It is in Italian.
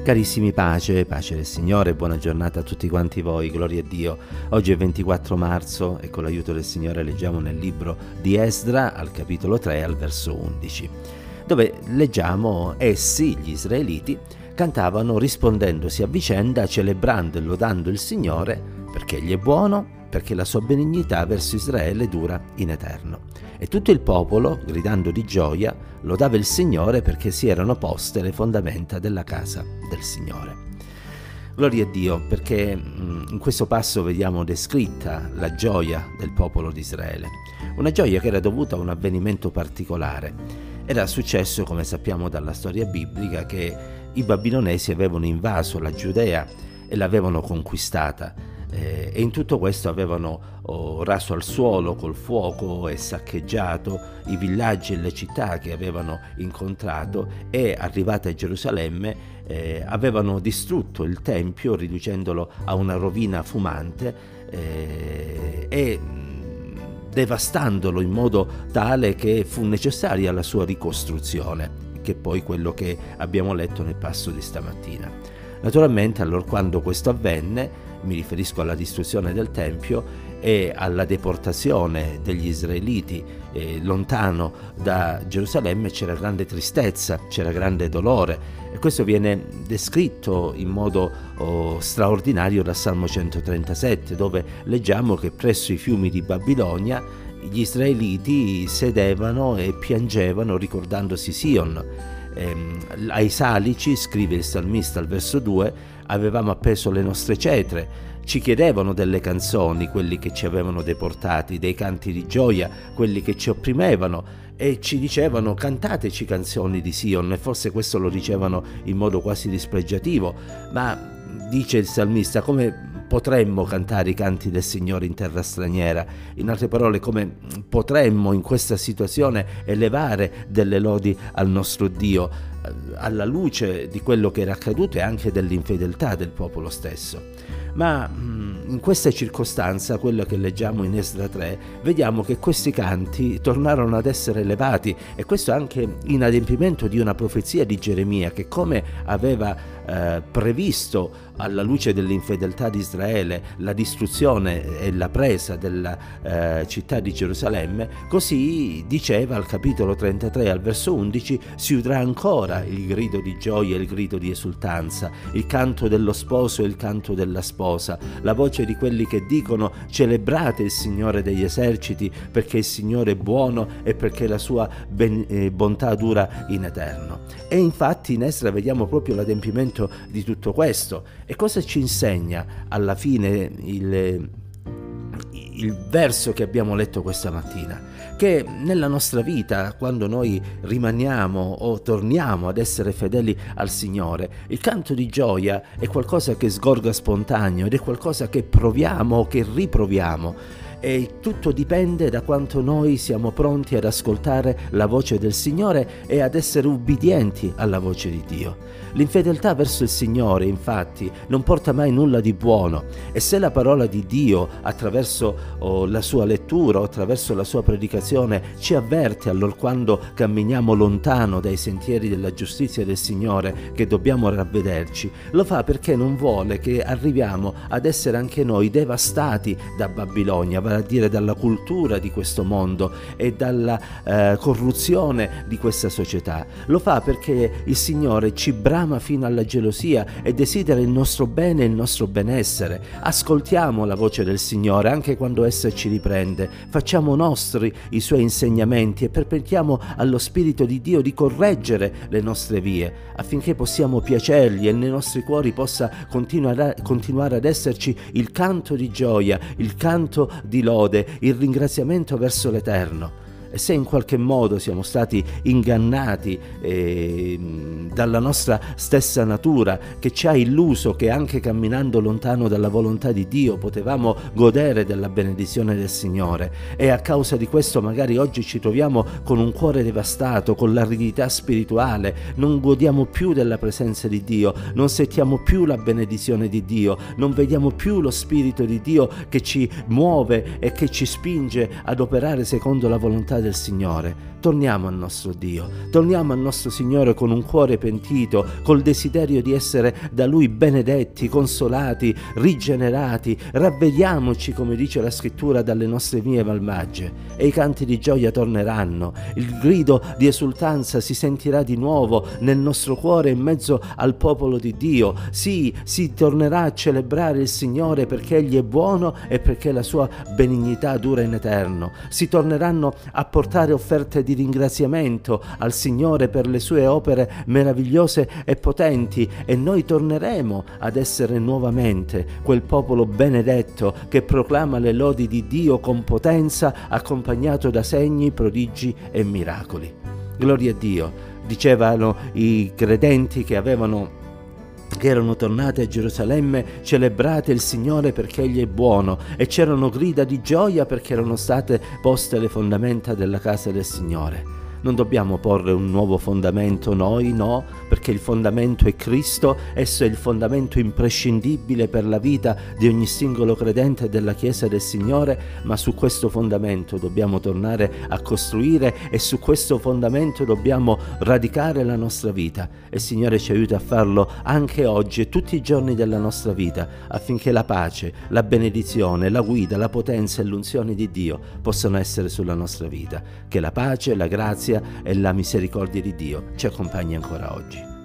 Carissimi, pace del Signore, buona giornata a tutti quanti voi, gloria a Dio. Oggi è 24 marzo e con l'aiuto del Signore leggiamo nel libro di Esdra al capitolo 3 al verso 11, dove leggiamo: essi, gli israeliti, cantavano rispondendosi a vicenda, celebrando e lodando il Signore, perché Egli è buono, perché la sua benignità verso Israele dura in eterno. E tutto il popolo, gridando di gioia, lodava il Signore perché si erano poste le fondamenta della casa del Signore. Gloria a Dio, perché in questo passo vediamo descritta la gioia del popolo di Israele. Una gioia che era dovuta a un avvenimento particolare. Era successo, come sappiamo dalla storia biblica, che i babilonesi avevano invaso la Giudea e l'avevano conquistata. E in tutto questo avevano raso al suolo col fuoco e saccheggiato i villaggi e le città che avevano incontrato, e arrivati a Gerusalemme avevano distrutto il Tempio riducendolo a una rovina fumante e devastandolo in modo tale che fu necessaria la sua ricostruzione, che è poi quello che abbiamo letto nel passo di stamattina. Naturalmente, allorquando questo avvenne, mi riferisco alla distruzione del Tempio e alla deportazione degli israeliti lontano da Gerusalemme, c'era grande tristezza, c'era grande dolore, e questo viene descritto in modo straordinario dal Salmo 137, dove leggiamo che presso i fiumi di Babilonia gli israeliti sedevano e piangevano ricordandosi Sion. Ai salici, scrive il salmista al verso 2, avevamo appeso le nostre cetre. Ci chiedevano delle canzoni quelli che ci avevano deportati, dei canti di gioia quelli che ci opprimevano, e ci dicevano: cantateci canzoni di Sion. E forse questo lo dicevano in modo quasi dispregiativo, ma dice il salmista: come potremmo cantare i canti del Signore in terra straniera? In altre parole, come potremmo in questa situazione elevare delle lodi al nostro Dio, alla luce di quello che era accaduto e anche dell'infedeltà del popolo stesso? Ma in questa circostanza, quello che leggiamo in Esdra 3, vediamo che questi canti tornarono ad essere elevati, e questo anche in adempimento di una profezia di Geremia, che come aveva previsto, alla luce dell'infedeltà di Israele, la distruzione e la presa della città di Gerusalemme, così diceva al capitolo 33 al verso 11: si udrà ancora il grido di gioia e il grido di esultanza, il canto dello sposo e il canto della sposa, la voce di quelli che dicono: celebrate il Signore degli eserciti, perché il Signore è buono e perché la sua bontà dura in eterno. E infatti in Esdra vediamo proprio l'adempimento di tutto questo. E cosa ci insegna alla fine il verso che abbiamo letto questa mattina? Che nella nostra vita, quando noi rimaniamo o torniamo ad essere fedeli al Signore, il canto di gioia è qualcosa che sgorga spontaneo, ed è qualcosa che proviamo o che riproviamo. E tutto dipende da quanto noi siamo pronti ad ascoltare la voce del Signore e ad essere ubbidienti alla voce di Dio. L'infedeltà verso il Signore, infatti, non porta mai nulla di buono, e se la parola di Dio, attraverso la sua lettura o attraverso la sua predicazione, ci avverte allorquando camminiamo lontano dai sentieri della giustizia del Signore, che dobbiamo ravvederci, lo fa perché non vuole che arriviamo ad essere anche noi devastati da Babilonia, vale a dire dalla cultura di questo mondo e dalla corruzione di questa società. Lo fa perché il Signore ci brama fino alla gelosia e desidera il nostro bene e il nostro benessere. Ascoltiamo la voce del Signore anche quando essa ci riprende, facciamo nostri i suoi insegnamenti e permettiamo allo Spirito di Dio di correggere le nostre vie, affinché possiamo piacergli e nei nostri cuori possa continuare ad esserci il canto di gioia, il canto di lode, il ringraziamento verso l'Eterno. E se in qualche modo siamo stati ingannati dalla nostra stessa natura, che ci ha illuso che anche camminando lontano dalla volontà di Dio potevamo godere della benedizione del Signore, e a causa di questo magari oggi ci troviamo con un cuore devastato, con l'aridità spirituale, non godiamo più della presenza di Dio, non sentiamo più la benedizione di Dio, non vediamo più lo Spirito di Dio che ci muove e che ci spinge ad operare secondo la volontà volontà del Signore. Torniamo al nostro Dio, torniamo al nostro Signore con un cuore pentito, col desiderio di essere da Lui benedetti, consolati, rigenerati. Ravvediamoci, come dice la Scrittura, dalle nostre vie malvagie, e i canti di gioia torneranno. Il grido di esultanza si sentirà di nuovo nel nostro cuore in mezzo al popolo di Dio. Sì, si tornerà a celebrare il Signore perché Egli è buono e perché la sua benignità dura in eterno. Si torneranno a portare offerte di ringraziamento al Signore per le sue opere meravigliose e potenti, e noi torneremo ad essere nuovamente quel popolo benedetto che proclama le lodi di Dio con potenza, accompagnato da segni, prodigi e miracoli. Gloria a Dio, dicevano i credenti che erano tornate a Gerusalemme: celebrate il Signore perché Egli è buono, e c'erano grida di gioia perché erano state poste le fondamenta della casa del Signore. Non dobbiamo porre un nuovo fondamento noi, no, perché il fondamento è Cristo. Esso è il fondamento imprescindibile per la vita di ogni singolo credente della Chiesa del Signore, ma su questo fondamento dobbiamo tornare a costruire e su questo fondamento dobbiamo radicare la nostra vita. E il Signore ci aiuta a farlo anche oggi e tutti i giorni della nostra vita, affinché la pace, la benedizione, la guida, la potenza e l'unzione di Dio possano essere sulla nostra vita. Che la pace, la grazia e la misericordia di Dio ci accompagni ancora oggi.